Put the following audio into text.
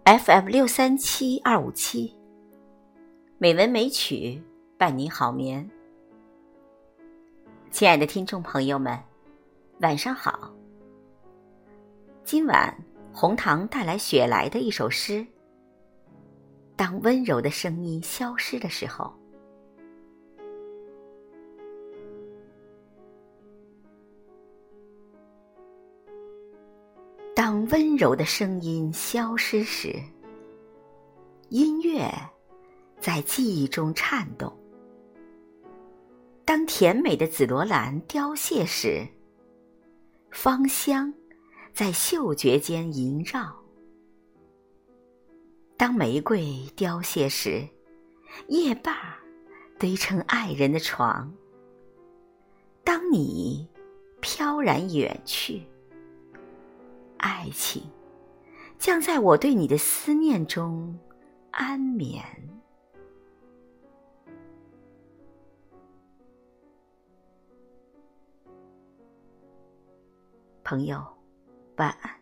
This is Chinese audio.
FM637257，美文美曲伴您好眠。亲爱的听众朋友们，晚上好。今晚红糖带来雪莱的一首诗，当温柔的声音消失的时候。当温柔的声音消失时，音乐在记忆中颤动。当甜美的紫罗兰凋谢时，芳香在嗅觉间萦绕。当玫瑰凋谢时，叶瓣堆成爱人的床。当你飘然远去，爱情将在我对你的思念中安眠。朋友，晚安。